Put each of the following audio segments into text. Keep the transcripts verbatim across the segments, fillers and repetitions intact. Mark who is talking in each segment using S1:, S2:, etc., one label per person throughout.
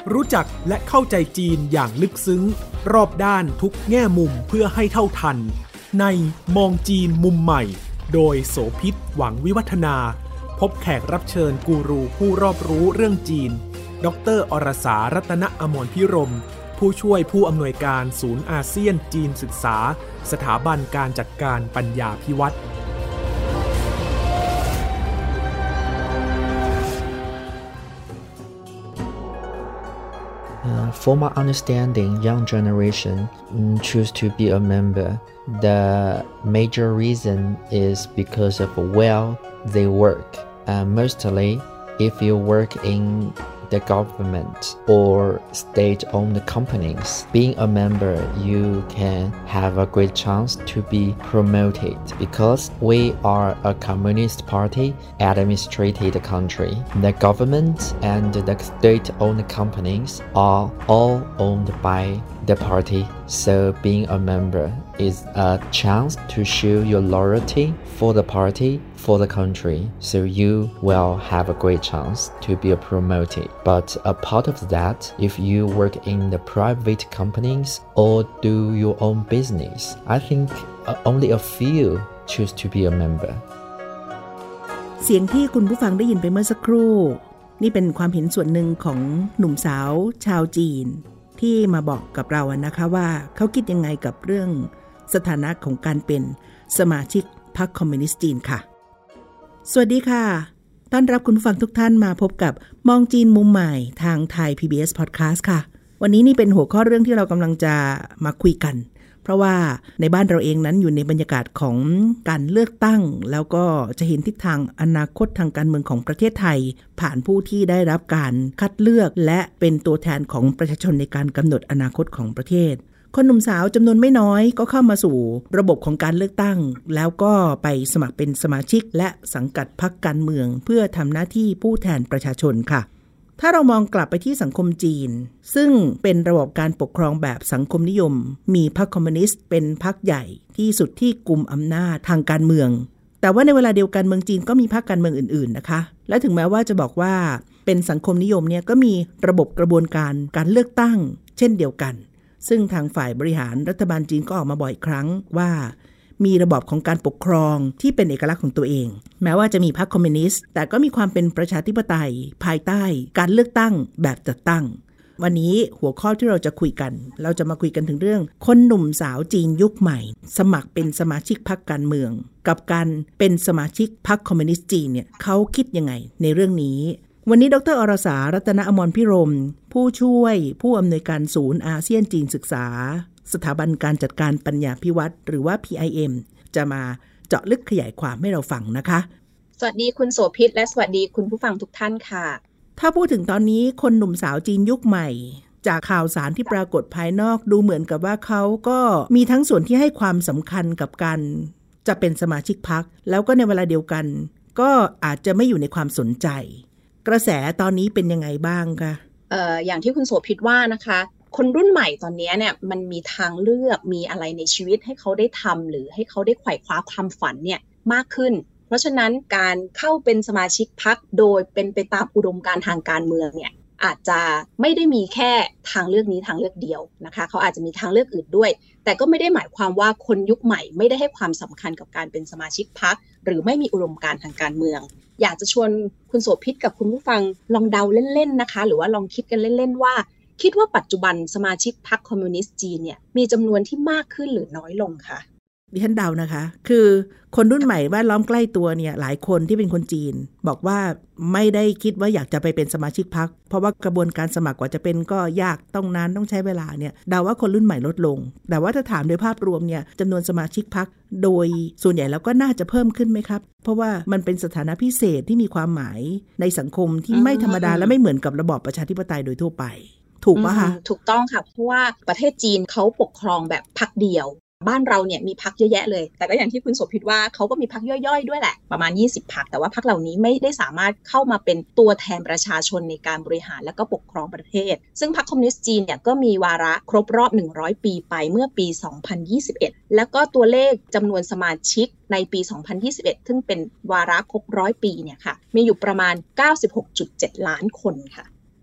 S1: รู้จักและเข้าใจจีนอย่างลึกซึ้งรอบด้านทุกแง่มุมเพื่อให้เท่าทันในมองจีนมุมใหม่โดยโสภิตหวังวิวัฒนาพบแขกรับเชิญกูรูผู้รอบรู้เรื่องจีนดร.อรสารัตนอมรพิรมผู้ช่วยผู้อำนวยการศูนย์อาเซียนจีนศึกษาสถาบันการจัดการปัญญาภิวัตร
S2: Uh, for my understanding, young generation mm, choose to be a member. The major reason is because of where they work. Uh, mostly, if you work in the government or state-owned companies, being a member, you can have a great chance to be promoted because we are a communist party administrated country. The government and the state-owned companies are all owned by the party, so being a member is a chance to show your loyalty for the party, for the country, so you will have a great chance to be promoted. But apart of that, if you work in the private companies or do your own business, I think only a few choose to be a member.
S3: เสียงที่คุณผู้ฟังได้ยินไปเมื่อสักครู่นี่เป็นความเห็นส่วนหนึ่งของหนุ่มสาวชาวจีนที่มาบอกกับเรานะคะว่าเขาคิดยังไงกับเรื่องสถานะของการเป็นสมาชิกพรรคคอมมิวนิสต์จีนค่ะสวัสดีค่ะต้อนรับคุณผู้ฟังทุกท่านมาพบกับมองจีนมุมใหม่ทางไทย พี บี เอส Podcast ค่ะวันนี้นี่เป็นหัวข้อเรื่องที่เรากำลังจะมาคุยกันเพราะว่าในบ้านเราเองนั้นอยู่ในบรรยากาศของการเลือกตั้งแล้วก็จะเห็นทิศทางอนาคตทางการเมืองของประเทศไทยผ่านผู้ที่ได้รับการคัดเลือกและเป็นตัวแทนของประชาชนในการกำหนดอนาคตของประเทศคนหนุ่มสาวจำนวนไม่น้อยก็เข้ามาสู่ระบบของการเลือกตั้งแล้วก็ไปสมัครเป็นสมาชิกและสังกัดพรรคการเมืองเพื่อทำหน้าที่ผู้แทนประชาชนค่ะถ้าเรามองกลับไปที่สังคมจีนซึ่งเป็นระบบการปกครองแบบสังคมนิยมมีพรรคคอมมิวนิสต์เป็นพรรคใหญ่ที่สุดที่กุมอำนาจทางการเมืองแต่ว่าในเวลาเดียวกันเมืองจีนก็มีพรรคการเมืองอื่นๆนะคะและถึงแม้ว่าจะบอกว่าเป็นสังคมนิยมเนี่ยก็มีระบบกระบวนการการเลือกตั้งเช่นเดียวกันซึ่งทางฝ่ายบริหารรัฐบาลจีนก็ออกมาบ่อยครั้งว่ามีระบอบของการปกครองที่เป็นเอกลักษณ์ของตัวเองแม้ว่าจะมีพรรคคอมมิวนิสต์แต่ก็มีความเป็นประชาธิปไตยภายใต้การเลือกตั้งแบบจัดตั้งวันนี้หัวข้อที่เราจะคุยกันเราจะมาคุยกันถึงเรื่องคนหนุ่มสาวจีนยุคใหม่สมัครเป็นสมาชิกพรรคการเมืองกับการเป็นสมาชิกพรรคคอมมิวนิสต์จีนเนี่ยเขาคิดยังไงในเรื่องนี้วันนี้ดร.อรสารัตนอมรพิรมผู้ช่วยผู้อำนวยการศูนย์อาเซียนจีนศึกษาสถาบันการจัดการปัญญาภิวัตรหรือว่า พี ไอ เอ็ม จะมาเจาะลึกขยายความให้เราฟังนะคะ
S4: สวัสดีคุณโสภิตและสวัสดีคุณผู้ฟังทุกท่านค่ะ
S3: ถ้าพูดถึงตอนนี้คนหนุ่มสาวจีนยุคใหม่จากข่าวสารที่ปรากฏภายนอกดูเหมือนกับว่าเขาก็มีทั้งส่วนที่ให้ความสำคัญกับการจะเป็นสมาชิกพรรคแล้วก็ในเวลาเดียวกันก็อาจจะไม่อยู่ในความสนใจกระแสตอนนี้เป็นยังไงบ้างคะ
S4: เอ่ออย่างที่คุณโสภิตว่านะคะคนรุ่นใหม่ตอนนี้เนี่ยมันมีทางเลือกมีอะไรในชีวิตให้เขาได้ทำหรือให้เขาได้ไขว่คว้าความฝันเนี่ยมากขึ้นเพราะฉะนั้นการเข้าเป็นสมาชิกพรรคโดยเป็นไปตามอุดมการณ์ทางการเมืองเนี่ยอาจจะไม่ได้มีแค่ทางเลือกนี้ทางเลือกเดียวนะคะเขาอาจจะมีทางเลือกอื่นด้วยแต่ก็ไม่ได้หมายความว่าคนยุคใหม่ไม่ได้ให้ความสำคัญกับการเป็นสมาชิกพรรคหรือไม่มีอุดมการณ์ทางการเมืองอยากจะชวนคุณโสภิตกับคุณผู้ฟังลองเดาเล่นๆนะคะหรือว่าลองคิดกันเล่นๆว่าคิดว่าปัจจุบันสมาชิกพรรคคอมมิวนิสต์จีนเนี่ยมีจำนวนที่มากขึ้นหรือน้อยลงคะ
S3: ดิฉันเดานะคะคือคนรุ่นใหม่แวดล้อมใกล้ตัวเนี่ยหลายคนที่เป็นคนจีนบอกว่าไม่ได้คิดว่าอยากจะไปเป็นสมาชิกพรรคเพราะว่ากระบวนการสมัครกว่าจะเป็นก็ยากต้องนานต้องใช้เวลาเนี่ยเดาว่าคนรุ่นใหม่ลดลงแต่ว่าถ้าถามโดยภาพรวมเนี่ยจำนวนสมาชิกพรรคโดยส่วนใหญ่แล้วก็น่าจะเพิ่มขึ้นไหมครับเพราะว่ามันเป็นสถานะพิเศษที่มีความหมายในสังคมที่ไม่ธรรมดาและไม่เหมือนกับระบอบประชาธิปไตยโดยทั่วไปถูกป่ะคะ
S4: ถูกต้องค่ะเพราะว่าประเทศจีนเขาปกครองแบบพรรคเดียวบ้านเราเนี่ยมีพรรคเยอะแยะเลยแต่ก็อย่างที่คุณโสภิตว่าเขาก็มีพรรคย่อยๆด้วยแหละประมาณยี่สิบพรรคแต่ว่าพรรคเหล่านี้ไม่ได้สามารถเข้ามาเป็นตัวแทนประชาชนในการบริหารและก็ปกครองประเทศซึ่งพรรคคอมมิวนิสต์จีนเนี่ยก็มีวาระครบรอบหนึ่งร้อยปีไปเมื่อปีสองพันยี่สิบเอ็ดแล้วก็ตัวเลขจำนวนสมาชิกในปีสองพันยี่สิบเอ็ดซึ่งเป็นวาระครบร้อยปีเนี่ยค่ะมีอยู่ประมาณ เก้าสิบหกจุดเจ็ด ล้านคนค่ะ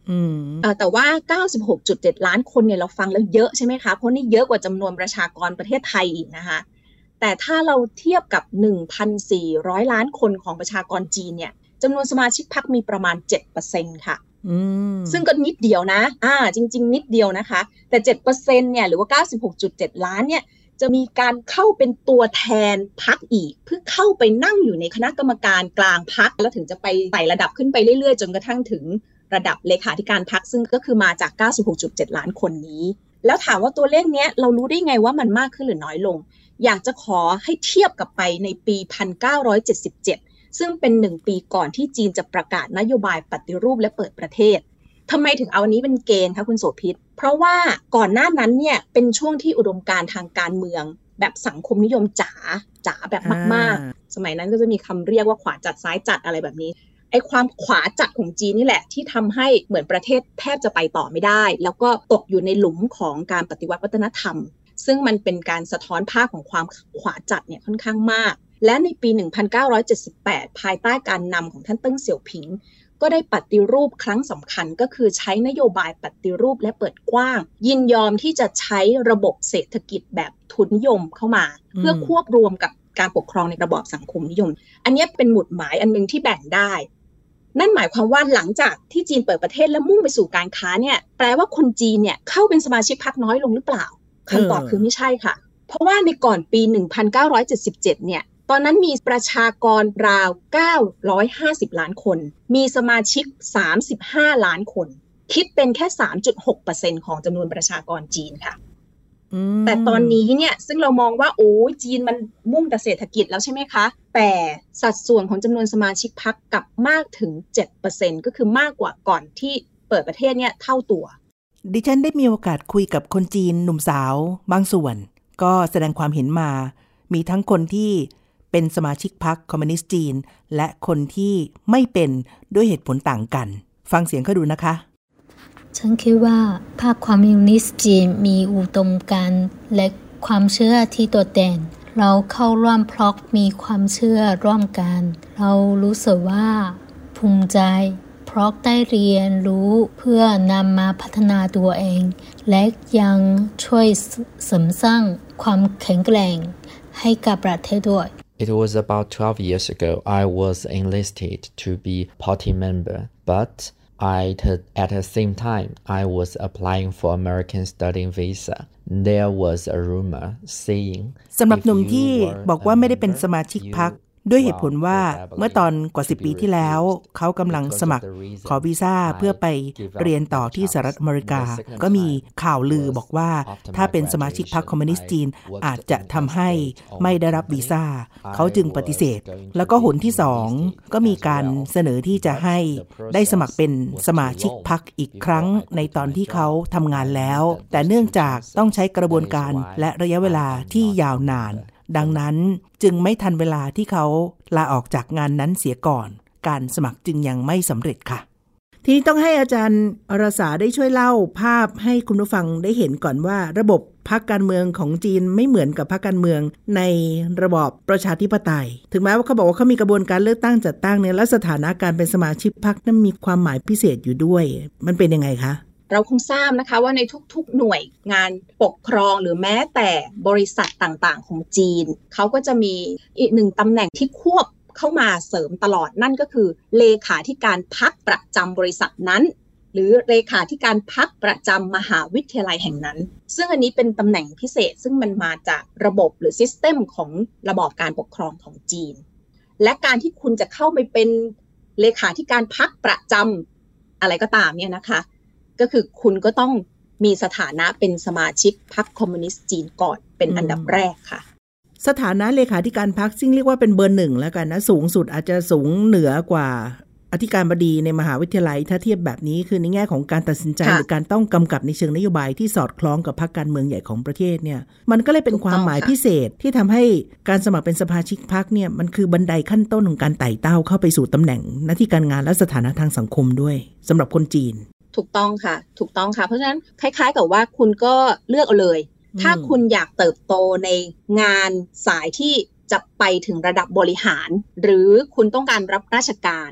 S3: อืม
S4: แต่ว่า เก้าสิบหกจุดเจ็ด ล้านคนเนี่ยเราฟังแล้วเยอะใช่ไหมคะเพราะนี่เยอะกว่าจำนวนประชากรประเทศไทยอีกนะคะแต่ถ้าเราเทียบกับ หนึ่งพันสี่ร้อย ล้านคนของประชากรจีนเนี่ยจำนวนสมาชิกพรรคมีประมาณ เจ็ดเปอร์เซ็นต์ ค่ะซึ่งก็นิดเดียวนะอ่าจริงๆนิดเดียวนะคะแต่ เจ็ดเปอร์เซ็นต์ เนี่ยหรือว่า เก้าสิบหกจุดเจ็ด ล้านเนี่ยจะมีการเข้าเป็นตัวแทนพรรคอีกเพื่อเข้าไปนั่งอยู่ในคณะกรรมการกลางพรรคแล้วถึงจะไปไต่ระดับขึ้นไปเรื่อยๆจนกระทั่งถึงระดับเลขาธิการพรรคซึ่งก็คือมาจาก เก้าสิบหกจุดเจ็ด ล้านคนนี้แล้วถามว่าตัวเลขนี้เรารู้ได้ไงว่ามันมากขึ้นหรือน้อยลงอยากจะขอให้เทียบกับไปในปี หนึ่งพันเก้าร้อยเจ็ดสิบเจ็ด ซึ่งเป็นหนึ่งปีก่อนที่จีนจะประกาศนโยบายปฏิรูปและเปิดประเทศทำไมถึงเอาอันนี้เป็นเกณฑ์คะคุณโสภิตเพราะว่าก่อนหน้านั้นเนี่ยเป็นช่วงที่อุดมการณ์ทางการเมืองแบบสังคมนิยมจ๋าจ๋าแบบมากๆสมัยนั้นก็จะมีคำเรียกว่าขวาจัดซ้ายจัดอะไรแบบนี้ไอ้ความขวาจัดของจีนนี่แหละที่ทำให้เหมือนประเทศแทบจะไปต่อไม่ได้แล้วก็ตกอยู่ในหลุมของการปฏิวัติวัฒนธรรมซึ่งมันเป็นการสะท้อนภาพของความขวาจัดเนี่ยค่อนข้างมากและในปี หนึ่งพันเก้าร้อยเจ็ดสิบแปด ภายใต้การนำของท่านเติ้งเสี่ยวผิงก็ได้ปฏิรูปครั้งสำคัญก็คือใช้นโยบายปฏิรูปและเปิดกว้างยินยอมที่จะใช้ระบบเศรษฐกิจแบบทุนนิยมเข้ามาเพื่อควบรวมกับการปกครองในระบอบสังคมนิยมอันนี้เป็นหมุดหมายอันนึงที่แบ่งได้นั่นหมายความว่าหลังจากที่จีนเปิดประเทศและมุ่งไปสู่การค้าเนี่ยแปลว่าคนจีนเนี่ยเข้าเป็นสมาชิกพรรคน้อยลงหรือเปล่าคำตอบคือไม่ใช่ค่ะเพราะว่าในก่อนปี หนึ่งพันเก้าร้อยเจ็ดสิบเจ็ด เนี่ยตอนนั้นมีประชากรราวเก้าร้อยห้าสิบล้านคนมีสมาชิกสามสิบห้าล้านคนคิดเป็นแค่ สามจุดหกเปอร์เซ็นต์ ของจำนวนประชากรจีนค่ะแต่ตอนนี้เนี่ยซึ่งเรามองว่าโอ้ยจีนมันมุ่งแต่เศรษฐกิจแล้วใช่ไหมคะแต่สัดส่วนของจำนวนสมาชิกพรรคกลับมากถึง เจ็ดเปอร์เซ็นต์ ก็คือมากกว่าก่อนที่เปิดประเทศเนี่ยเท่าตัว
S3: ดิฉันได้มีโอกาสคุยกับคนจีนหนุ่มสาวบางส่วนก็แสดงความเห็นมามีทั้งคนที่เป็นสมาชิกพรรคคอมมิวนิสต์จีนและคนที่ไม่เป็นด้วยเหตุผลต่างกันฟังเสียงเขาดูนะคะ
S5: ฉันคิดว่าพรรคคอมมิวนิสต์จีนมีอุดมการณ์และความเชื่อที่โดดเด่นเราเข้าร่วมเพราะมีความเชื่อร่วมกันเรารู้สึกว่าภูมิใจเพราะได้เรียนรู้เพื่อนำมาพัฒนาตัวเองและยังช่วยเสริมสร้างความแข็งแกร่งให้กับประเทศด้วย
S2: It was about twelve years ago I was enlisted to be party member, but I at the same time I was applying for American studying visa. There was a rumor saying
S3: สำหรับหนุ่มที่บอกว่าไม่ได้เป็นสมาชิกพรรคด้วยเหตุผลว่าเมื่อตอนกว่าสิบปีที่แล้วเขากำลังสมัครขอวีซ่าเพื่อไปเรียนต่อที่สหรัฐอเมริกาก็มีข่าวลือบอกว่าถ้าเป็นสมาชิกพรรคคอมมิวนิสต์จีนอาจจะทำให้ไม่ได้รับวีซ่าเขาจึงปฏิเสธแล้วก็หนที่สองก็มีการเสนอที่จะให้ได้สมัครเป็นสมาชิกพรรคอีกครั้งในตอนที่เขาทำงานแล้วแต่เนื่องจากต้องใช้กระบวนการและระยะเวลาที่ยาวนานดังนั้นจึงไม่ทันเวลาที่เขาลาออกจากงานนั้นเสียก่อนการสมัครจึงยังไม่สำเร็จค่ะทีนี้ต้องให้อาจารย์อรสาได้ช่วยเล่าภาพให้คุณผู้ฟังได้เห็นก่อนว่าระบบพรรคการเมืองของจีนไม่เหมือนกับพรรคการเมืองในระบอบประชาธิปไตยถึงแม้ว่าเขาบอกว่าเขามีกระบวนการเลือกตั้งจัดตั้งเนี่ยและสถานะการเป็นสมาชิกพรรคนั้นมีความหมายพิเศษอยู่ด้วยมันเป็นยังไงคะ
S4: เราคงทราบนะคะว่าในทุกๆหน่วยงานปกครองหรือแม้แต่บริษัทต่างๆของจีนเขาก็จะมีอีกหนึ่งตำแหน่งที่ควบเข้ามาเสริมตลอดนั่นก็คือเลขาธิการพรรคประจำบริษัทนั้นหรือเลขาธิการพรรคประจำมหาวิทยาลัยแห่งนั้นซึ่งอันนี้เป็นตำแหน่งพิเศษซึ่งมันมาจากระบบหรือซิสเต็มของระบอบการปกครองของจีนและการที่คุณจะเข้าไปเป็นเลขาธิการพรรคประจำอะไรก็ตามเนี่ยนะคะก็คือคุณก็ต้องมีสถานะเป็นสมาชิกพรรคคอมมิวนิสต์จีนก่อนเป็นอันดับแรกค่ะ
S3: สถานะเลขาธิการพรรคซึ่งเรียกว่าเป็นเบอร์หนึ่งแล้วกันนะสูงสุดอาจจะสูงเหนือกว่าอธิการบดีในมหาวิทยาลัยถ้าเทียบแบบนี้คือในแง่ของการตัดสินใจหรือการต้องกำกับในเชิงนโยบายที่สอดคล้องกับพรรคการเมืองใหญ่ของประเทศเนี่ยมันก็เลยเป็นความหมายพิเศษที่ทำให้การสมัครเป็นสมาชิกพรรคเนี่ยมันคือบันไดขั้นต้นของการไต่เต้าเข้าไปสู่ตำแหน่งหน้าที่การงานและสถานะทางสังคมด้วยสำหรับคนจีน
S4: ถูกต้องค่ะถูกต้องค่ะเพราะฉะนั้นคล้ายๆกับว่าคุณก็เลือกเอาเลยถ้าคุณอยากเติบโตในงานสายที่จะไปถึงระดับบริหารหรือคุณต้องการรับราชการ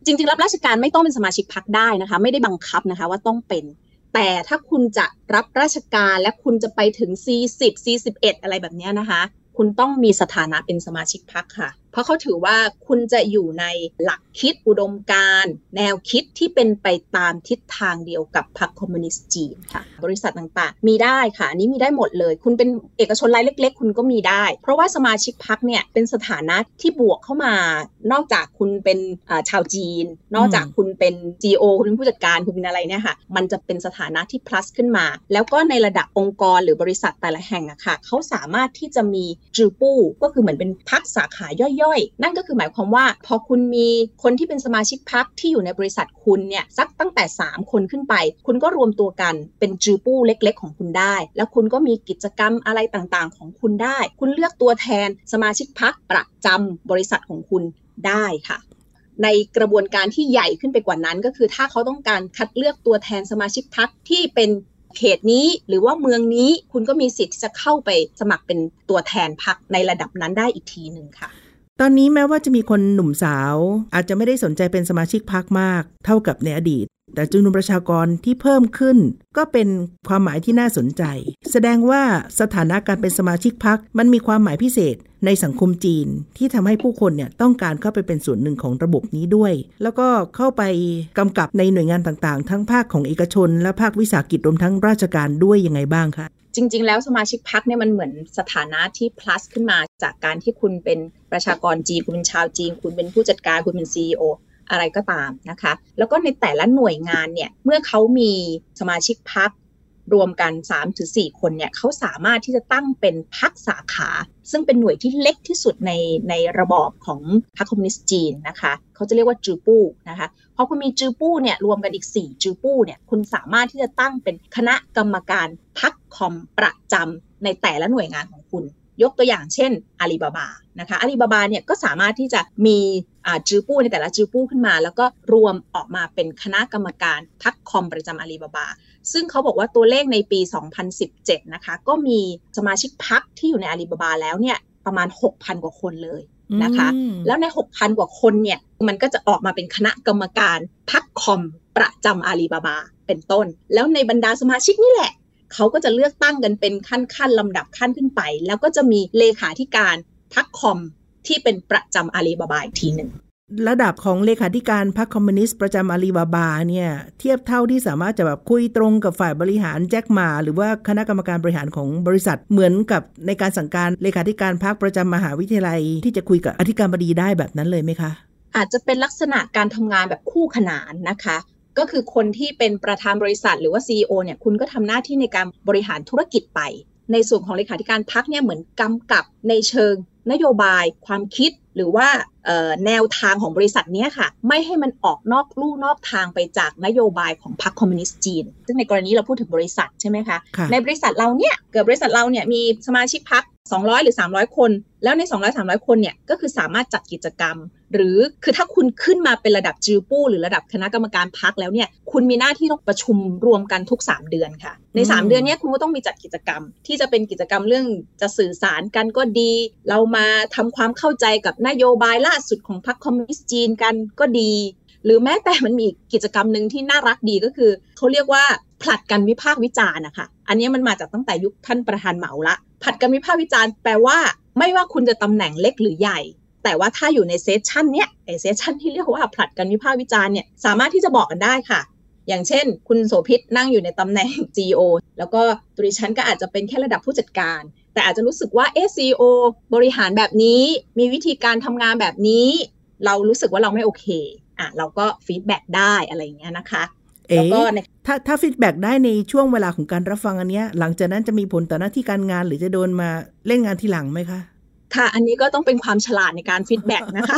S4: จริงๆรับราชการไม่ต้องเป็นสมาชิกพรรคได้นะคะไม่ได้บังคับนะคะว่าต้องเป็นแต่ถ้าคุณจะรับราชการและคุณจะไปถึง ซี สิบ ซี สิบเอ็ด อะไรแบบนี้นะคะคุณต้องมีสถานะเป็นสมาชิกพรรคค่ะเพราะเขาถือว่าคุณจะอยู่ในหลักคิดอุดมการณ์แนวคิดที่เป็นไปตามทิศทางเดียวกับพรรคคอมมิวนิสต์จีนค่ะบริษัทต่างๆมีได้ค่ะอันนี้มีได้หมดเลยคุณเป็นเอกชนรายเล็กๆคุณก็มีได้เพราะว่าสมาชิกพรรคเนี่ยเป็นสถานะที่บวกเข้ามานอกจากคุณเป็นชาวจีนนอกจากคุณเป็น ซี อี โอ คุณเป็นผู้จัดการคุณเป็นอะไรเนี่ยค่ะมันจะเป็นสถานะที่ plus ขึ้นมาแล้วก็ในระดับองค์กรหรือบริษัทแต่ละแห่งอะค่ะเขาสามารถที่จะมีจือปู้ก็คือเหมือนเป็นพรรคสาขาย่อยๆนั่นก็คือหมายความว่าพอคุณมีคนที่เป็นสมาชิกพรรคที่อยู่ในบริษัทคุณเนี่ยสักตั้งแต่สามคนขึ้นไปคุณก็รวมตัวกันเป็นจือปู้เล็กๆของคุณได้แล้วคุณก็มีกิจกรรมอะไรต่างๆของคุณได้คุณเลือกตัวแทนสมาชิกพรรคประจำบริษัทของคุณได้ค่ะในกระบวนการที่ใหญ่ขึ้นไปกว่านั้นก็คือถ้าเขาต้องการคัดเลือกตัวแทนสมาชิกพรรคที่เป็นเขตนี้หรือว่าเมืองนี้คุณก็มีสิทธิ์ที่จะเข้าไปสมัครเป็นตัวแทนพรรคในระดับนั้นได้อีกทีนึงค่ะ
S3: ตอนนี้แม้ว่าจะมีคนหนุ่มสาวอาจจะไม่ได้สนใจเป็นสมาชิกพรรคมากเท่ากับในอดีตแต่จำนวนประชากรที่เพิ่มขึ้นก็เป็นความหมายที่น่าสนใจแสดงว่าสถานะการเป็นสมาชิกพรรคมันมีความหมายพิเศษในสังคมจีนที่ทำให้ผู้คนเนี่ยต้องการเข้าไปเป็นส่วนหนึ่งของระบบนี้ด้วยแล้วก็เข้าไปกำกับในหน่วยงานต่างๆทั้งภาคของเอกชนและภาควิสาหกิจรวมทั้งราชการด้วยยังไงบ้างคะ
S4: จริงๆแล้วสมาชิกพรรคเนี่ยมันเหมือนสถานะที่ plus ขึ้นมาจากการที่คุณเป็นประชากรจีนคุณเป็นชาวจีนคุณเป็นผู้จัดการคุณเป็น ซี อี โอ อะไรก็ตามนะคะแล้วก็ในแต่ละหน่วยงานเนี่ยเมื่อเขามีสมาชิกพรรครวมกัน สามถึงสี่ คนเนี่ยเขาสามารถที่จะตั้งเป็นพรรคสาขาซึ่งเป็นหน่วยที่เล็กที่สุดในในระบอบของพรรคคอมมิวนิสต์จีนนะคะเขาจะเรียกว่าจือปู้นะคะพอคุณมีจือปู้เนี่ยรวมกันอีกสี่จือปู้เนี่ยคุณสามารถที่จะตั้งเป็นคณะกรรมการพรรคคอมประจำในแต่ละหน่วยงานของคุณยกตัวอย่างเช่นอาลีบาบานะคะอาลีบาบาเนี่ยก็สามารถที่จะมีอ่าจือปู้ในแต่ละจือปู้ขึ้นมาแล้วก็รวมออกมาเป็นคณะกรรมการพรรคคอมประจำอาลีบาบาซึ่งเขาบอกว่าตัวเลขในปีสองพันสิบเจ็ดนะคะก็มีสมาชิกพรรคที่อยู่ในอาลีบาบาแล้วเนี่ยประมาณ หกพัน กว่าคนเลยนะคะแล้วใน หกพัน กว่าคนเนี่ยมันก็จะออกมาเป็นคณะกรรมการพรรคคอมประจำอาลีบาบาเป็นต้นแล้วในบรรดาสมาชิกนี่แหละเขาก็จะเลือกตั้งกันเป็นขั้นๆลำดับขั้นขึ้นไปแล้วก็จะมีเลขาธิการพรรคคอมที่เป็นประจำอาลีบาบาอีกทีหนึ่ง
S3: ระดับของเลขาธิการพรรคคอมมิวนิสต์ประจำอาลีบาบาเนี่ยเทียบเท่าที่สามารถจะแบบคุยตรงกับฝ่ายบริหารแจ็คหม่าหรือว่าคณะกรรมการบริหารของบริษัทเหมือนกับในการสั่งการเลขาธิการพรรคประจำมหาวิทยาลัยที่จะคุยกับอธิการบดีได้แบบนั้นเลยไหมคะ
S4: อาจจะเป็นลักษณะการทำงานแบบคู่ขนานนะคะก็คือคนที่เป็นประธานบริษัทหรือว่า ซี อี โอ เนี่ยคุณก็ทำหน้าที่ในการบริหารธุรกิจไปในส่วนของเลขาธิการพรรคเนี่ยเหมือนกำกับในเชิงนโยบายความคิดหรือว่าแนวทางของบริษัทนี้ค่ะไม่ให้มันออกนอกลู่นอกทางไปจากนโยบายของพรรคคอมมิวนิสต์จีนซึ่งในกรณีเราพูดถึงบริษัทใช่ไหมคะในบริษัทเราเนี่ยเกิดบริษัทเราเนี่ยมีสมาชิกพรรคสองร้อยหรือสามร้อยคนแล้วในสองร้อย สามร้อยคนเนี่ยก็คือสามารถจัดกิจกรรมหรือคือถ้าคุณขึ้นมาเป็นระดับจือปู้หรือระดับคณะกรรมการพรรคแล้วเนี่ยคุณมีหน้าที่ต้องประชุมรวมกันทุกสามเดือนค่ะในสามเดือนนี้คุณก็ต้องมีจัดกิจกรรมที่จะเป็นกิจกรรมเรื่องจะสื่อสารกันก็ดีเรามาทำความเข้าใจกับนโยบายล่าสุดของพรรคคอมมิวนิสต์จีนกันก็ดีหรือแม้แต่มันมีกิจกรรมนึงที่น่ารักดีก็คือเขาเรียกว่าผลัดกันวิพากษ์วิจารณ์นะคะอันนี้มันมาจากตั้งแต่ยุคท่านประธานเหมาละผลัดกันวิพากษ์วิจารณ์แปลว่าไม่ว่าคุณจะตำแหน่งเล็กหรือใหญ่แต่ว่าถ้าอยู่ในเซสชันเนี้ยไอเซสชันที่เรียกว่าผลัดกันวิพากษ์วิจารณ์เนี่ยสามารถที่จะบอกกันได้ค่ะอย่างเช่นคุณโสภิตนั่งอยู่ในตำแหน่ง ซี อี โอ แล้วก็ตัวดิฉันก็อาจจะเป็นแค่ระดับผู้จัดการแต่อาจจะรู้สึกว่าเอ ซี อี โอ บริหารแบบนี้มีวิธีการทำงานแบบนี้เรารู้สึกว่าเราไม่โอเคอ่ะเราก็ฟีดแบ็กได้อะไรอย่างเงี้ยนะคะ
S3: แล้วก็ถ้าถ้าฟีดแบ็กได้ในช่วงเวลาของการรับฟังอันเนี้ยหลังจากนั้นจะมีผลต่อหน้าที่การงานหรือจะโดนมาเล่นงานทีหลังไหมคะ
S4: ค่ะอันนี้ก็ต้องเป็นความฉลาดในการฟีดแบ็กนะคะ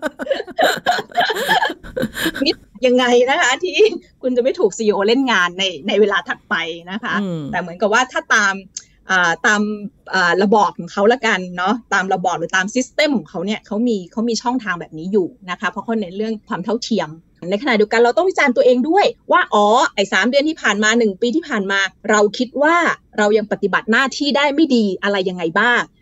S4: นิดยังไงนะคะที่คุณจะไม่ถูก ซี อี โอ เล่นงานในในเวลาถัดไปนะคะแต่เหมือนกับว่าถ้าตามตามระบอบของเขาละกันเนาะตามระบอบหรือตามซิสเต็มของเขาเนี่ยเขามีเขามีช่องทางแบบนี้อยู่นะคะเพราะเขาเน้นเรื่องความเท่าเทียมในขณะเดียวกันเราต้องวิจารณ์ตัวเองด้วยว่าอ๋อไอ้สามเดือนที่ผ่านมาหนึ่งปีที่ผ่านมาเราคิดว่าเรายังปฏิบัติหน้าที่ได้ไม่ดีอะไรยังไงบ้าง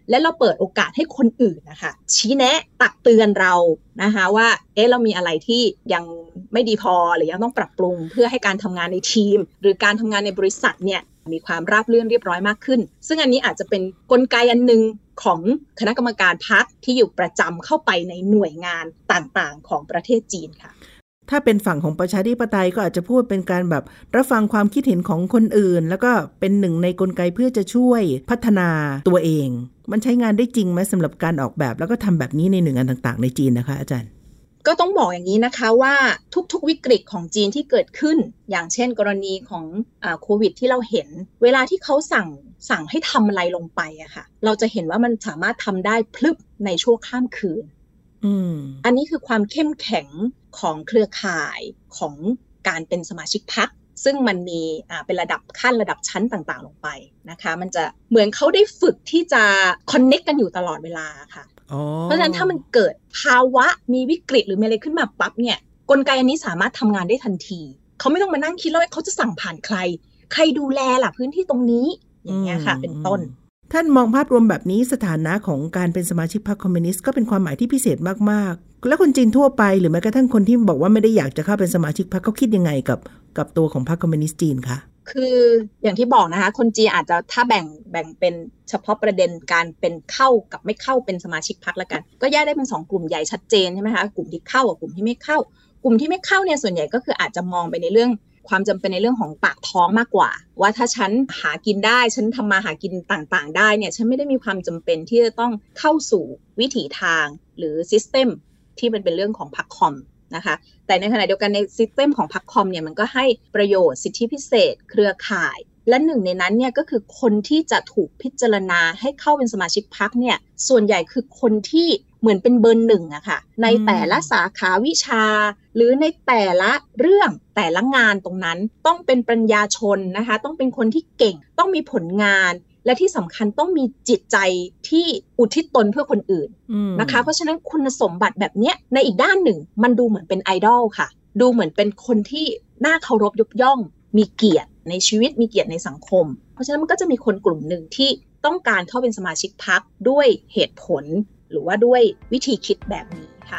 S4: และเราเปิดโอกาสให้คนอื่นนะคะชี้แนะตักเตือนเรานะคะว่าเอ๊ะเรามีอะไรที่ยังไม่ดีพอหรือยังต้องปรับปรุงเพื่อให้การทำงานในทีมหรือการทำงานในบริษัทเนี่ยมีความราบรื่นเรียบร้อยมากขึ้นซึ่งอันนี้อาจจะเป็นกลไกอันนึงของคณะกรรมการพรรคที่อยู่ประจำเข้าไปในหน่วยงานต่างๆของประเทศจีนค่ะ
S3: ถ้าเป็นฝั่งของประชาธิปไตยก็อาจจะพูดเป็นการแบบรับฟังความคิดเห็นของคนอื่นแล้วก็เป็นหนึ่งในกลไกเพื่อจะช่วยพัฒนาตัวเองมันใช้งานได้จริงไหมสำหรับการออกแบบแล้วก็ทำแบบนี้ในหน่วยงานต่างๆในจีนนะคะอาจารย์
S4: ก็ต้องบอกอย่างนี้นะคะว่าทุกๆวิกฤตของจีนที่เกิดขึ้นอย่างเช่นกรณีของอ่าโควิดที่เราเห็นเวลาที่เขาสั่งสั่งให้ทำอะไรลงไปอะค่ะเราจะเห็นว่ามันสามารถทำได้พลึบในชั่วข้ามคืนอืมอันนี้คือความเข้มแข็งของเครือข่ายของการเป็นสมาชิกพรรคซึ่งมันมีอ่าเป็นระดับขั้นระดับชั้นต่างๆลงไปนะคะมันจะเหมือนเขาได้ฝึกที่จะคอนเนคกันอยู่ตลอดเวลาค่ะเพราะฉะนั้นถ้ามันเกิดภาวะมีวิกฤตหรือมีอะไรขึ้นมาปั๊บเนี่ยกลไกอันนี้สามารถทำงานได้ทันทีเขาไม่ต้องมานั่งคิดแล้วว่าเขาจะสั่งผ่านใครใครดูแลล่ะพื้นที่ตรงนี้อย่างเงี้ยค่ะเป็นต้น
S3: ท่านมองภาพรวมแบบนี้สถานะของการเป็นสมาชิกพรรคคอมมิวนิสต์ก็เป็นความหมายที่พิเศษมากๆแล้วคนจีนทั่วไปหรือแม้กระทั่งคนที่บอกว่าไม่ได้อยากจะเข้าเป็นสมาชิกพรรคเขาคิดยังไงกับกับตัวของพรรคคอมมิวนิสต์จีนคะ
S4: คืออย่างที่บอกนะคะคนจีนอาจจะถ้าแบ่งแบ่งเป็นเฉพาะประเด็นการเป็นเข้ากับไม่เข้าเป็นสมาชิกพรรคละกันก็แยกได้เป็นสองกลุ่มใหญ่ชัดเจนใช่ไหมคะกลุ่มที่เข้ากับกลุ่มที่ไม่เข้ากลุ่มที่ไม่เข้าเนี่ยส่วนใหญ่ก็คืออาจจะมองไปในเรื่องความจำเป็นในเรื่องของปากท้องมากกว่าว่าถ้าฉันหากินได้ฉันทำมาหากินต่างๆได้เนี่ยฉันไม่ได้มีความจำเป็นที่จะต้องเข้าสู่วิถีทางหรือซิสเต็มที่มันเป็นเรื่องของพรรคคอมนะคะแต่ในขณะเดียวกันในซิสเต็มของพรรคคอมเนี่ยมันก็ให้ประโยชน์สิทธิพิเศษเครือข่ายและหนึ่งในนั้นเนี่ยก็คือคนที่จะถูกพิจารณาให้เข้าเป็นสมาชิกพรรคเนี่ยส่วนใหญ่คือคนที่เหมือนเป็นเบอร์หนึ่งอะค่ะในแต่ละสาขาวิชาหรือในแต่ละเรื่องแต่ละงานตรงนั้นต้องเป็นปัญญาชนนะคะต้องเป็นคนที่เก่งต้องมีผลงานและที่สำคัญต้องมีจิตใจที่อุทิศตนเพื่อคนอื่นนะคะเพราะฉะนั้นคุณสมบัติแบบนี้ในอีกด้านหนึ่งมันดูเหมือนเป็นไอดอลค่ะดูเหมือนเป็นคนที่น่าเคารพยกย่องมีเกียรติในชีวิตมีเกียรติในสังคมเพราะฉะนั้นมันก็จะมีคนกลุ่มหนึ่งที่ต้องการเข้าเป็นสมาชิกพรรคด้วยเหตุผลหรือว่าด้วยวิธีคิดแบบนี้ค่ะ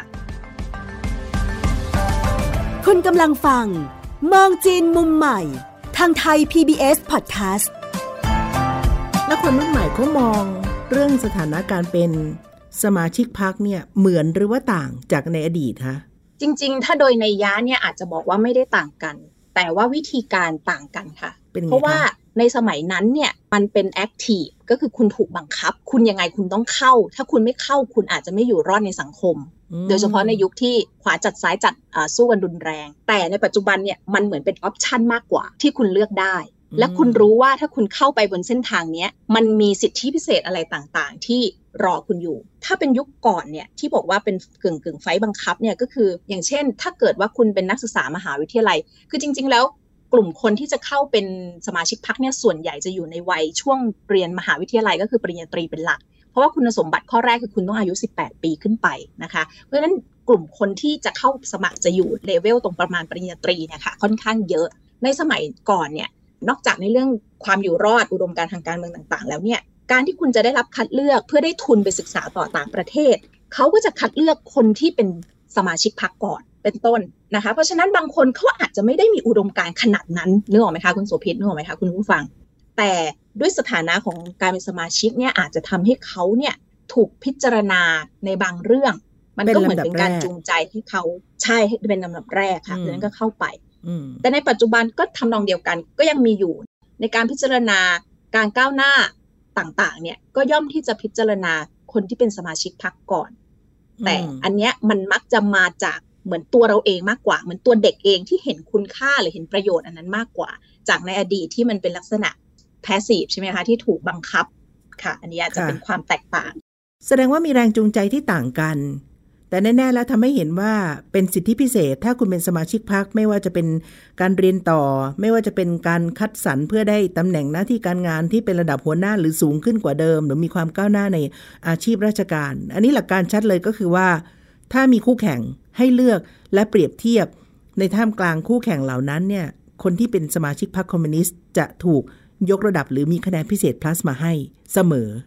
S6: คุณกำลังฟังมองจีนมุมใหม่ทางไทย พี บี เอส Podcast
S3: แล้วคนรุ่นใหม่เขามองเรื่องสถานะการเป็นสมาชิกพรรคเนี่ยเหมือนหรือว่าต่างจากในอดีตคะ
S4: จริงๆถ้าโดยนัยยะเนี่ยอาจจะบอกว่าไม่ได้ต่างกันแต่ว่าวิธีการต่างกันค่ะเพราะว่าในสมัยนั้นเนี่ยมันเป็นแอคทีฟก็คือคุณถูกบังคับคุณยังไงคุณต้องเข้าถ้าคุณไม่เข้าคุณอาจจะไม่อยู่รอดในสังคมโดยเฉพาะในยุคที่ขวาจัดซ้ายจัดสู้กันรุนแรงแต่ในปัจจุบันเนี่ยมันเหมือนเป็นออปชันมากกว่าที่คุณเลือกได้และคุณรู้ว่าถ้าคุณเข้าไปบนเส้นทางนี้มันมีสิทธิพิเศษอะไรต่างๆที่รอคุณอยู่ถ้าเป็นยุคก่อนเนี่ยที่บอกว่าเป็นกึ่งกึ่งไฟบังคับเนี่ยก็คืออย่างเช่นถ้าเกิดว่าคุณเป็นนักศึกษามหาวิทยาลัยคือจริงๆแล้วกลุ่มคนที่จะเข้าเป็นสมาชิกพรรคเนี่ยส่วนใหญ่จะอยู่ในวัยช่วงเรียนมหาวิทยาลัยก็คือปริญญาตรีเป็นหลักเพราะว่าคุณสมบัติข้อแรกคือคุณต้องอายุสิบแปดปีขึ้นไปนะคะเพราะฉะนั้นกลุ่มคนที่จะเข้าสมัครจะอยู่เลเวลตรงประมาณปริญญาตรีเนี่ยค่ะค่อนข้างเยอะในสมัยก่อนเนี่ยนอกจากในเรื่องความอยู่รอดอุดมการณ์ทางการเมืองต่างๆแล้วเนี่ยการที่คุณจะได้รับคัดเลือกเพื่อได้ทุนไปศึกษาต่อต่างประเทศเขาก็จะคัดเลือกคนที่เป็นสมาชิกพรรคก่อนเป็นต้นนะคะเพราะฉะนั้นบางคนเขาอาจจะไม่ได้มีอุดมการณ์ขนาดนั้นนึกออกไหมคะคุณโสภิตนึกออกไหมคะคุณผู้ฟังแต่ด้วยสถานะของการเป็นสมาชิกเนี่ยอาจจะทำให้เขาเนี่ยถูกพิจารณาในบางเรื่องมันก็เหมือนเป็นการจูงใจให้เขาใช่เป็นลำดับแรกค่ะดังนั้นก็เข้าไปแต่ในปัจจุบันก็ทำนองเดียวกันก็ยังมีอยู่ในการพิจารณาการก้าวหน้าต่างๆเนี่ยก็ย่อมที่จะพิจารณาคนที่เป็นสมาชิกพรรคก่อนแต่อันเนี้ยมันมักจะมาจากเหมือนตัวเราเองมากกว่าเหมือนตัวเด็กเองที่เห็นคุณค่าหรือเห็นประโยชน์อันนั้นมากกว่าจากในอดีตที่มันเป็นลักษณะแพสซีฟใช่ไหมคะที่ถูกบังคับค่ะอันนี้อาจจะเป็นความแตกต่าง
S3: แสดงว่ามีแรงจูงใจที่ต่างกันแต่แน่ๆแล้วทำให้เห็นว่าเป็นสิทธิพิเศษถ้าคุณเป็นสมาชิกพรรคไม่ว่าจะเป็นการเรียนต่อไม่ว่าจะเป็นการคัดสรรเพื่อได้ตำแหน่งหน้าที่การงานที่เป็นระดับหัวหน้าหรือสูงขึ้นกว่าเดิมหรือมีความก้าวหน้าในอาชีพราชการอันนี้หลักการชัดเลยก็คือว่าถ้ามีคู่แข่งให้เลือกและเปรียบเทียบในท่ามกลางคู่แข่งเหล่านั้นเนี่ยคนที่เป็นสมาชิกพรรคคอมมิวนิสต์จะถูกยกระดับหรือมีคะแนนพิเศษ plus มาให้เสมอ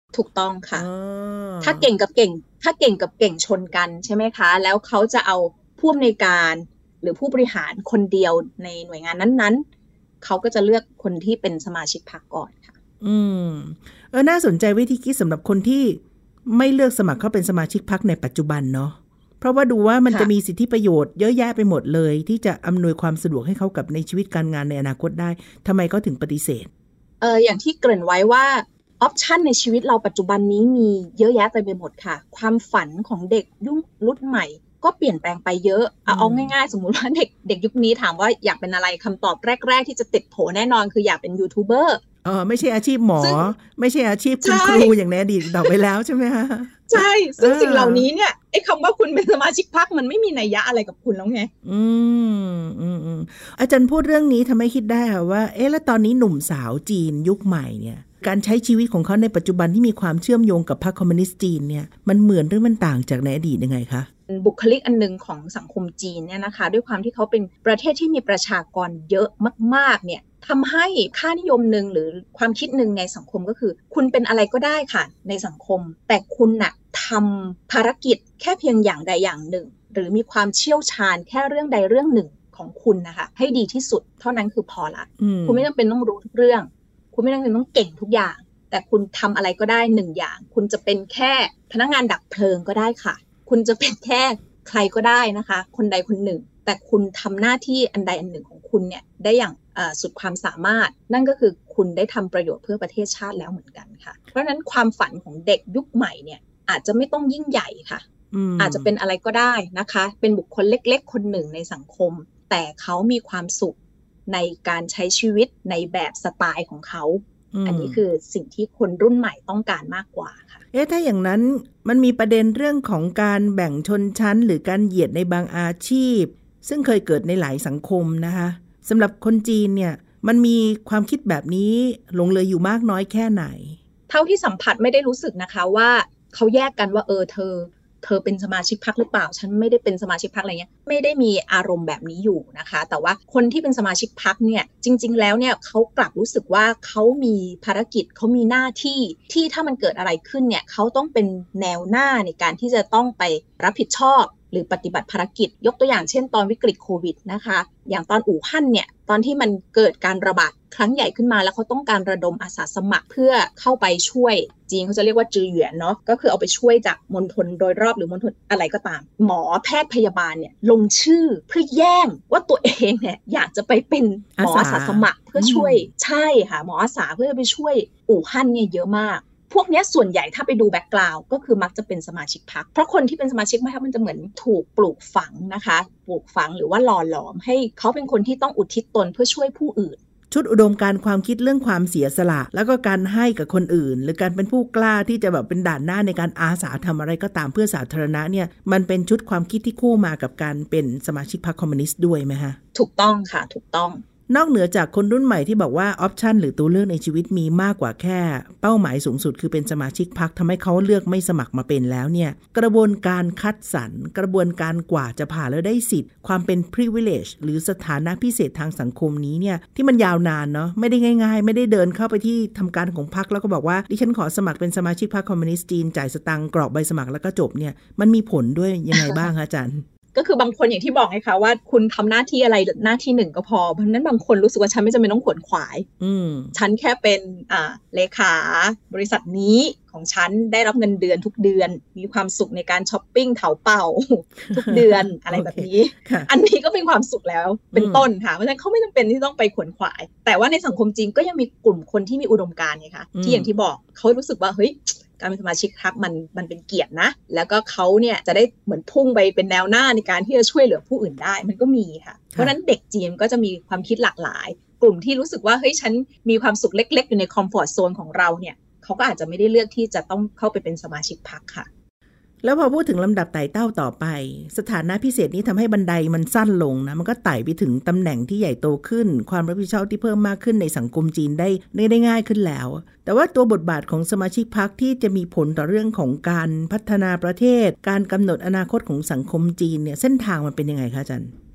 S4: ถูกต้องค่ะถ้าเก่งกับเก่งถ้าเก่งกับเก่งชนกันใช่ไหมคะแล้วเขาจะเอาผู้อำนวยการหรือผู้บริหารคนเดียวในหน่วยงานนั้นๆเขาก็จะเลือกคนที่เป็นสมาชิกพรรคก่อนค่ะ
S3: อืมเออน่าสนใจวิธีคิดสำหรับคนที่ไม่เลือกสมัครเข้าเป็นสมาชิกพรรคในปัจจุบันเนาะเพราะว่าดูว่ามันจะมีสิทธิประโยชน์เยอะแยะไปหมดเลยที่จะอำนวยความสะดวกให้เขากับในชีวิตการงานในอนาคตได้ทำไมเขาถึงปฏิเสธ
S4: เอออย่างที่เกริ่นไว้ว่าออปชันในชีวิตเราปัจจุบันนี้มีเยอะแยะเต็มไปหมดค่ะความฝันของเด็กยุครุ่นใหม่ก็เปลี่ยนแปลงไปเยอะเอาเอาง่ายๆสมมุติว่าเด็กเด็กยุคนี้ถามว่าอยากเป็นอะไรคำตอบแรกๆที่จะติดโผแน่นอนคืออยากเป็นยูทูบเบอร์
S3: เออไม่ใช่อาชีพหมอไม่ใช่อาชีพคุณครูอย่างในอดีตต่อไปแล้วใช่ไหมคะ
S4: ใช่ซึ่งสิ่งเหล่านี้เนี่ยไอ้คำว่าคุณเป็นสมาชิกพรรคมันไม่มีนัยยะอะไรกับคุณแล้วไง
S3: อืมอืมอืมอาจารย์พูดเรื่องนี้ทำให้คิดได้ค่ะว่าเอ๊ะแล้วตอนนี้หนุ่มสาวจีนยุคใหม่เนี่ยการใช้ชีวิตของเขาในปัจจุบันที่มีความเชื่อมโยงกับพรรคคอมมิวนิสต์จีนเนี่ยมันเหมือนหรือมันต่างจากในอดีตยังไงคะ
S4: บุคลิกอันนึงของสังคมจีนเนี่ยนะคะด้วยความที่เขาเป็นประเทศที่มีประชากรเยอะมากๆเนี่ยทำให้ค่านิยมหนึ่งหรือความคิดหนึ่งในสังคมก็คือคุณเป็นอะไรก็ได้ค่ะในสังคมแต่คุณน่ะทำภารกิจแค่เพียงอย่างใดอย่างหนึ่งหรือมีความเชี่ยวชาญแค่เรื่องใดเรื่องหนึ่งของคุณนะคะให้ดีที่สุดเท่านั้นคือพอละคุณไม่จำเป็นต้องรู้ทุกเรื่องคุณไม่จำเป็นต้องเก่งทุกอย่างแต่คุณทำอะไรก็ได้หนึ่งอย่างคุณจะเป็นแค่พนักงานดับเพลิงก็ได้ค่ะคุณจะเป็นแค่ใครก็ได้นะคะคนใดคนหนึ่งแต่คุณทำหน้าที่อันใดอันหนึ่งของคุณเนี่ยได้อย่างสุดความสามารถนั่นก็คือคุณได้ทำประโยชน์เพื่อประเทศชาติแล้วเหมือนกันค่ะเพราะฉะนั้นความฝันของเด็กยุคใหม่เนี่ยอาจจะไม่ต้องยิ่งใหญ่ค่ะ อาจจะเป็นอะไรก็ได้นะคะเป็นบุคคลเล็กๆคนหนึ่งในสังคมแต่เขามีความสุขในการใช้ชีวิตในแบบสไตล์ของเขาอันนี้คือสิ่งที่คนรุ่นใหม่ต้องการมากกว่าค่ะ
S3: เอ๊ะถ้าอย่างนั้นมันมีประเด็นเรื่องของการแบ่งชนชั้นหรือการเหยียดในบางอาชีพซึ่งเคยเกิดในหลายสังคมนะคะสำหรับคนจีนเนี่ยมันมีความคิดแบบนี้หลงเหลืออยู่มากน้อยแค่ไหน
S4: เท่าที่สัมผัสไม่ได้รู้สึกนะคะว่าเขาแยกกันว่าเออเธอเธอเป็นสมาชิกพรรคหรือเปล่าฉันไม่ได้เป็นสมาชิกพรรคอะไรเงี้ยไม่ได้มีอารมณ์แบบนี้อยู่นะคะแต่ว่าคนที่เป็นสมาชิกพรรคเนี่ยจริงๆแล้วเนี่ยเขากลับรู้สึกว่าเขามีภารกิจเขามีหน้าที่ที่ถ้ามันเกิดอะไรขึ้นเนี่ยเขาต้องเป็นแนวหน้าในการที่จะต้องไปรับผิดชอบหรือปฏิบัติภารกิจยกตัวอย่างเช่นตอนวิกฤตโควิดนะคะอย่างตอนอู่ฮั่นเนี่ยตอนที่มันเกิดการระบาดครั้งใหญ่ขึ้นมาแล้วเขาต้องการระดมอาสาสมัครเพื่อเข้าไปช่วยจีนเขาจะเรียกว่าจือเหวียนเนาะก็คือเอาไปช่วยจากมณฑลโดยรอบหรือมณฑลอะไรก็ตามหมอแพทย์พยาบาลเนี่ยลงชื่อเพื่อแย่งว่าตัวเองเนี่ยอยากจะไปเป็นหมออาสาสมัครเพื่อช่วยใช่ค่ะหมออาสาเพื่อไปช่วยอู่ฮั่นเนี่ยเยอะมากพวกนี้ส่วนใหญ่ถ้าไปดูแบ็กกราวด์ก็คือมักจะเป็นสมาชิกพรรคเพราะคนที่เป็นสมาชิกพรรคมันจะเหมือนถูกปลูกฝังนะคะปลูกฝังหรือว่าหล่อหลอมให้เขาเป็นคนที่ต้องอุทิศตนเพื่อช่วยผู้อื่น
S3: ชุดอุดมการความคิดเรื่องความเสียสละแล้วก็การให้กับคนอื่นหรือการเป็นผู้กล้าที่จะแบบเป็นด่านหน้าในการอาสาทำอะไรก็ตามเพื่อสาธารณะเนี่ยมันเป็นชุดความคิดที่คู่มากับการเป็นสมาชิกพรรคคอมมิวนิสต์ด้วยไหมฮะ
S4: ถูกต้องค่ะถูกต้อง
S3: นอกเหนือจากคนรุ่นใหม่ที่บอกว่าออปชันหรือตัวเลือกในชีวิตมีมากกว่าแค่เป้าหมายสูงสุดคือเป็นสมาชิกพรรคทำให้เขาเลือกไม่สมัครมาเป็นแล้วเนี่ยกระบวนการคัดสรรกระบวนการกว่าจะผ่านแล้วได้สิทธิ์ความเป็น privilege หรือสถานะพิเศษทางสังคมนี้เนี่ยที่มันยาวนานเนาะไม่ได้ง่ายๆไม่ได้เดินเข้าไปที่ทำการของพรรคแล้วก็บอกว่าดิฉันขอสมัครเป็นสมาชิกพรรคคอมมิวนิสต์จีนจ่ายสตังค์กรอกใบสมัครแล้วก็จบเนี่ยมันมีผลด้วยยังไงบ้างคะอาจารย์
S4: ก็คือบางคนอย่างที่บอกไงคะว่าคุณทำหน้าที่อะไรหน้าที่หนึ่งก็พอเพราะนั้นบางคนรู้สึกว่าฉันไม่จำเป็นต้องขวนขวายฉันแค่เป็นอ่าเลขาบริษัทนี้ของฉันได้รับเงินเดือนทุกเดือนมีความสุขในการช้อปปิ้งเถาเป่าทุกเดือน อะไรแบบนี้ อันนี้ก็เป็นความสุขแล้วเป็นต้นค่ะเพราะฉะนั้นเขาไม่จำเป็นที่ต้องไปขวนขวายแต่ว่าในสังคมจีนก็ยังมีกลุ่มคนที่มีอุดมการณ์ไงคะที่อย่างที่บอกเขารู้สึกว่าเฮ้ยการเป็นสมาชิกพรรคมันมันเป็นเกียรตินะแล้วก็เขาเนี่ยจะได้เหมือนพุ่งไปเป็นแนวหน้าในการที่จะช่วยเหลือผู้อื่นได้มันก็มีค่ะเพราะฉะนั้นเด็กจีนก็จะมีความคิดหลากหลายกลุ่มที่รู้สึกว่าเฮ้ยฉันมีความสุขเล็กๆอยู่ในคอมฟอร์ตโซนของเราเนี่ยเขาก็อาจจะไม่ได้เลือกที่จะต้องเข้าไปเป็นสมาชิกพรรคค่ะ
S3: แล้วพอพูดถึงลำดับไต่เต้าต่อไปสถานะพิเศษนี้ทำให้บันไดมันสั้นลงนะมันก็ไต่ไปถึงตำแหน่งที่ใหญ่โตขึ้นความรับผิดชอบที่เพิ่มมากขึ้นในสังคมจีนได้ได้ง่ายขึ้นแล้วแต่ว่าตัวบทบาทของสมาชิกพรรคที่จะมีผลต่อเรื่องของการพัฒนาประเทศการกำหนดอนาคตของสังคมจีนเนี่ยเส้นทางมันเป็นยังไงคะอาจารย์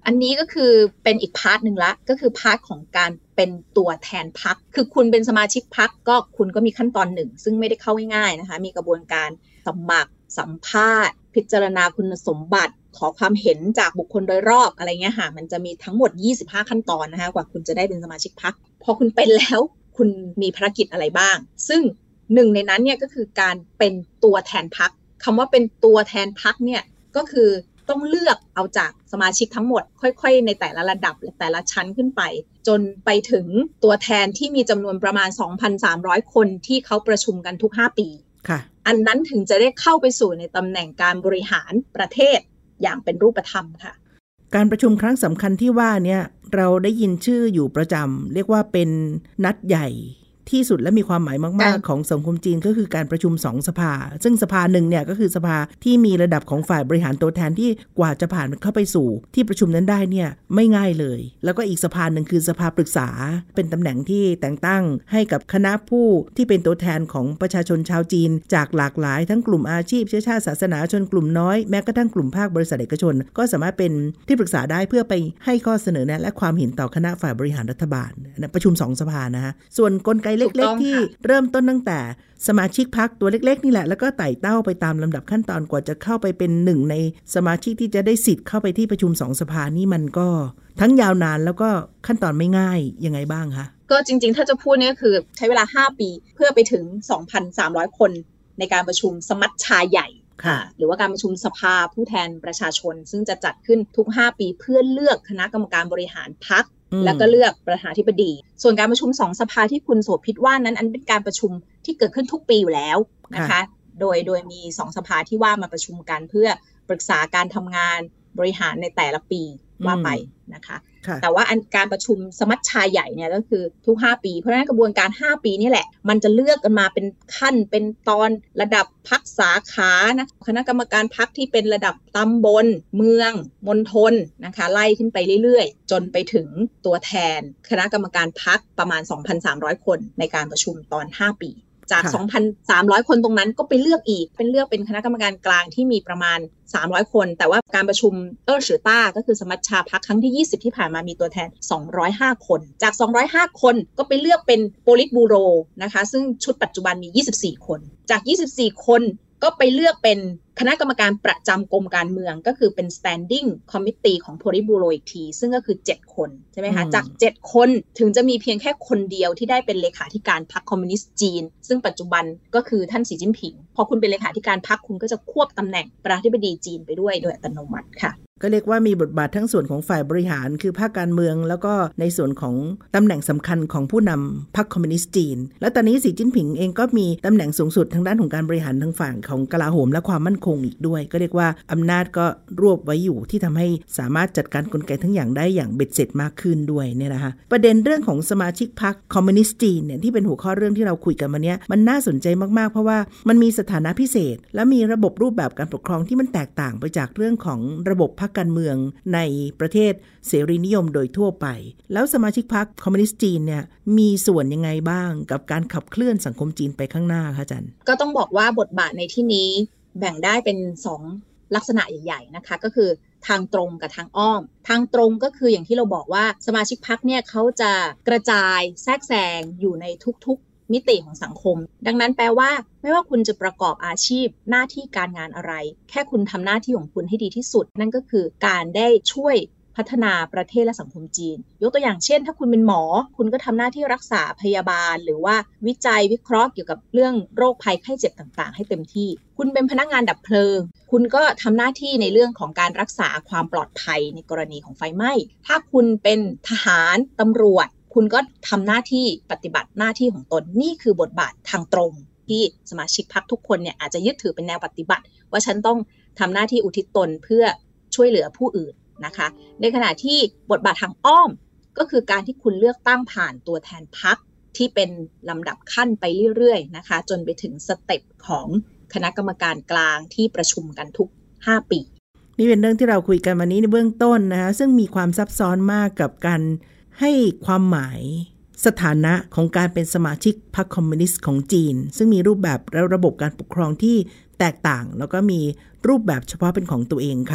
S4: อันนี้ก็คือเป็นอีกพาร์ทหนึ่งละก็คือพาร์ทของการเป็นตัวแทนพรรคคือคุณเป็นสมาชิกพรรคก็คุณก็มีขั้นตอนหนึ่งซึ่งไม่ได้เข้าง่ายๆนะคะมีกระบวนการสมัครสัมภาษณ์พิจารณาคุณสมบัติขอความเห็นจากบุคคลโดยรอบอะไรเงี้ยค่ะมันจะมีทั้งหมดยี่สิบห้าขั้นตอนนะคะกว่าคุณจะได้เป็นสมาชิกพรรคพอคุณเป็นแล้วคุณมีภารกิจอะไรบ้างซึ่งหนึ่งในนั้นเนี่ยก็คือการเป็นตัวแทนพรรคคำว่าเป็นตัวแทนพรรคเนี่ยก็คือต้องเลือกเอาจากสมาชิกทั้งหมดค่อยๆในแต่ละระดับแต่ละชั้นขึ้นไปจนไปถึงตัวแทนที่มีจำนวนประมาณ สองพันสามร้อย คนที่เขาประชุมกันทุกห้าปี
S3: ค่ะ
S4: อันนั้นถึงจะได้เข้าไปสู่ในตำแหน่งการบริหารประเทศอย่างเป็นรูปธรรมค่ะ
S3: การประชุมครั้งสำคัญที่ว่าเนี่ยเราได้ยินชื่ออยู่ประจำเรียกว่าเป็นนัดใหญ่ที่สุดและมีความหมายมากๆของสังคมจีนก็คือการประชุมสองสภาซึ่งสภาหนึ่งเนี่ยก็คือสภาที่มีระดับของฝ่ายบริหารตัวแทนที่กว่าจะผ่านเข้าไปสู่ที่ประชุมนั้นได้เนี่ยไม่ง่ายเลยแล้วก็อีกสภาหนึ่งคือสภาปรึกษาเป็นตำแหน่งที่แต่งตั้งให้กับคณะผู้ที่เป็นตัวแทนของประชาชนชาวจีนจากหลากหลายทั้งกลุ่มอาชีพเชื้อชาติศาสนาชนกลุ่มน้อยแม้กระทั่งกลุ่มภาคบริษัทเอกชนก็สามารถเป็นที่ปรึกษาได้เพื่อไปให้ข้อเสนอแนะและความเห็นต่อคณะฝ่ายบริหารรัฐบาลประชุมสองสภานะฮะส่วนกลไกเล็กๆที่เริ่มต้นตั้งแต่สมาชิกพรรคตัวเล็กๆนี่แหละแล้วก็ไต่เต้าไปตามลำดับขั้นตอนกว่าจะเข้าไปเป็นหนึ่งในสมาชิกที่จะได้สิทธิ์เข้าไปที่ประชุมสองสภานี่มันก็ทั้งยาวนานแล้วก็ขั้นตอนไม่ง่ายยังไงบ้างคะ
S4: ก็จริงๆถ้าจะพูดเนี่ยคือใช้เวลาห้าปีเพื่อไปถึง สองพันสามร้อย คนในการประชุมสมัชชาใหญ่หรือว่าการประชุมสภาผู้แทนประชาชนซึ่งจะจัดขึ้นทุกห้าปีเพื่อเลือกคณะกรรมการบริหารพรรคแล้วก็เลือกประธานาธิบดีส่วนการประชุมสองสภาที่คุณโสภิตว่านั้นอันเป็นการประชุมที่เกิดขึ้นทุกปีอยู่แล้วนะคะโดยโดยมีสองสภาที่ว่ามาประชุมกันเพื่อปรึกษาการทำงานบริหารในแต่ละปีว่าไปนะคะแต่ว่าการประชุมสมัชชาใหญ่เนี่ยก็คือทุกห้าปีเพราะฉะนั้นกระบวนการห้าปีนี่แหละมันจะเลือกกันมาเป็นขั้นเป็นตอนระดับพรรคสาขานะคณะกรรมการพรรคที่เป็นระดับตำบลเมืองมณฑลนะคะไล่ขึ้นไปเรื่อยๆจนไปถึงตัวแทนคณะกรรมการพรรคประมาณ สองพันสามร้อย คนในการประชุมตอนห้าปีจาก สองพันสามร้อย คนตรงนั้นก็ไปเลือกอีกเป็นเลือกเป็นคณะกรรมการกลางที่มีประมาณสามร้อยคนแต่ว่าการประชุมเอ้อสือต้าก็คือสมัชชาพรรคครั้งที่ยี่สิบที่ผ่านมามีตัวแทนสองร้อยห้าคนจากสองร้อยห้าคนก็ไปเลือกเป็นโปลิตบูโรนะคะซึ่งชุดปัจจุบันมียี่สิบสี่คนจากยี่สิบสี่คนก็ไปเลือกเป็นคณะกรรมการประจำกรมการเมืองก็คือเป็น standing committee ของ Politburo อีกทีซึ่งก็คือเจ็ดคนใช่ไหมคะจากเจ็ดคนถึงจะมีเพียงแค่คนเดียวที่ได้เป็นเลขาธิการพรรคคอมมิวนิสต์จีนซึ่งปัจจุบันก็คือท่านสีจิ้นผิงพอคุณเป็นเลขาธิการพรรคคุณก็จะควบตำแหน่งประธานาธิบดีจีนไปด้วยโดยอัตโนมัติค่ะ
S3: ก็เรียกว่ามีบทบาททั้งส่วนของฝ่ายบริหารคือภาคการเมืองแล้วก็ในส่วนของตำแหน่งสำคัญของผู้นำพรรคคอมมิวนิสต์จีนและตอนนี้สีจิ้นผิงเองก็มีตำแหน่งสูงสุดทางด้านของการบริหารทางฝั่งของกลาโหมและความมั่นคงอีกด้วยก็เรียกว่าอำนาจก็รวบไว้อยู่ที่ทำให้สามารถจัดการกลไกทั้งอย่างได้อย่างเบ็ดเสร็จมากขึ้นด้วยเนี่ยนะคะประเด็นเรื่องของสมาชิกพรรคคอมมิวนิสต์จีนเนี่ยที่เป็นหัวข้อเรื่องที่เราคุยกันมาเนี้ยมันน่าสนใจมากๆเพราะว่ามันมีสถานะพิเศษและมีระบบรูปแบบการปกครองที่มันแตกต่างไปจากเรื่องของระบบพรรคการเมืองในประเทศเสรีนิยมโดยทั่วไปแล้วสมาชิกพรรคคอมมิวนิสต์จีนเนี่ยมีส่วนยังไงบ้างกับการขับเคลื่อนสังคมจีนไปข้างหน้าคะอาจารย์
S4: ก็ต้องบอกว่าบทบาทในที่นี้แบ่งได้เป็นสองลักษณะใหญ่ๆนะคะก็คือทางตรงกับทางอ้อมทางตรงก็คืออย่างที่เราบอกว่าสมาชิกพรรคเนี่ยเขาจะกระจายแทรกแซงอยู่ในทุกๆมิติของสังคมดังนั้นแปลว่าไม่ว่าคุณจะประกอบอาชีพหน้าที่การงานอะไรแค่คุณทำหน้าที่ของคุณให้ดีที่สุดนั่นก็คือการได้ช่วยพัฒนาประเทศและสังคมจีนยกตัวอย่างเช่นถ้าคุณเป็นหมอคุณก็ทำหน้าที่รักษาพยาบาลหรือว่าวิจัยวิเคราะห์เกี่ยวกับเรื่องโรคภัยไข้เจ็บต่างๆให้เต็มที่คุณเป็นพนักงานดับเพลิงคุณก็ทำหน้าที่ในเรื่องของการรักษาความปลอดภัยในกรณีของไฟไหม้ถ้าคุณเป็นทหารตำรวจคุณก็ทำหน้าที่ปฏิบัติหน้าที่ของตนนี่คือบทบาททางตรงที่สมาชิกพรรคทุกคนเนี่ยอาจจะยึดถือเป็นแนวปฏิบัติว่าฉันต้องทำหน้าที่อุทิศตนเพื่อช่วยเหลือผู้อื่นนะคะในขณะที่บทบาททางอ้อมก็คือการที่คุณเลือกตั้งผ่านตัวแทนพรรคที่เป็นลำดับขั้นไปเรื่อยๆนะคะจนไปถึงสเต็ปของคณะกรรมการกลางที่ประชุมกันทุกห้าปี
S3: นี่เป็นเรื่องที่เราคุยกันวันนี้ในเบื้องต้นนะคะซึ่งมีความซับซ้อนมากกับการให้ความหมายสถานะของการเป็นสมาชิกพรรคคอมมิวนิสต์ของจีนซึ่งมีรูปแบบและระบบการปกครองที่แตกต่างแล้วก็มีรูปแบบเฉพาะเป็นของตัวเองค่ะ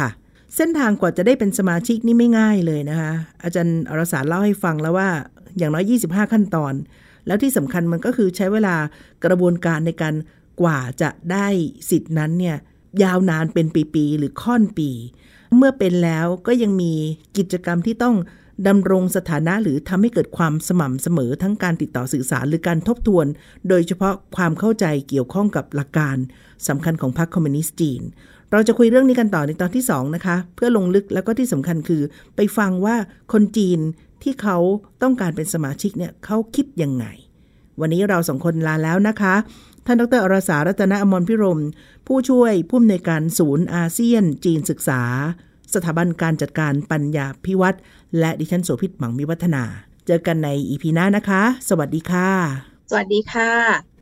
S3: เส้นทางกว่าจะได้เป็นสมาชิกนี่ไม่ง่ายเลยนะคะอาจารย์อรสารเล่าให้ฟังแล้วว่าอย่างน้อยยี่สิบห้าขั้นตอนแล้วที่สำคัญมันก็คือใช้เวลากระบวนการในการกว่าจะได้สิทธินั้นเนี่ยยาวนานเป็นปีๆหรือค่อนปีเมื่อเป็นแล้วก็ยังมีกิจกรรมที่ต้องดำรงสถานะหรือทำให้เกิดความสม่ำเสมอทั้งการติดต่อสื่อสารหรือการทบทวนโดยเฉพาะความเข้าใจเกี่ยวข้องกับหลักการสำคัญของพรรคคอมมิวนิสต์จีนเราจะคุยเรื่องนี้กันต่อในตอนที่สองนะคะเพื่อลงลึกแล้วก็ที่สำคัญคือไปฟังว่าคนจีนที่เขาต้องการเป็นสมาชิกเนี่ยเขาคิดยังไงวันนี้เราสองคนลาแล้วนะคะท่านดร.อรสารรัตนอมรพิรมผู้ช่วยผู้อำนวยการศูนย์อาเซียนจีนศึกษาสถาบันการจัดการปัญญาภิวัตน์และดิฉันโสภิตหมั่งมีวัฒนาเจอกันใน อี พี หน้านะคะสวัสดีค่ะ
S4: สวัสดีค่ะ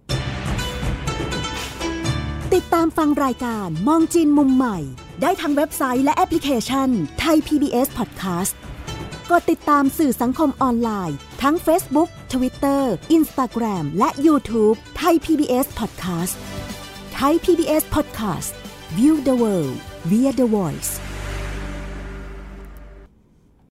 S6: ติดตามฟังรายการมองจีนมุมใหม่ได้ทางเว็บไซต์และแอปพลิเคชัน Thai พี บี เอส Podcast กดติดตามสื่อสังคมออนไลน์ทั้ง Facebook, Twitter, Instagram และ YouTube Thai พี บี เอส Podcast Thai พี บี เอส Podcast View the world via the voice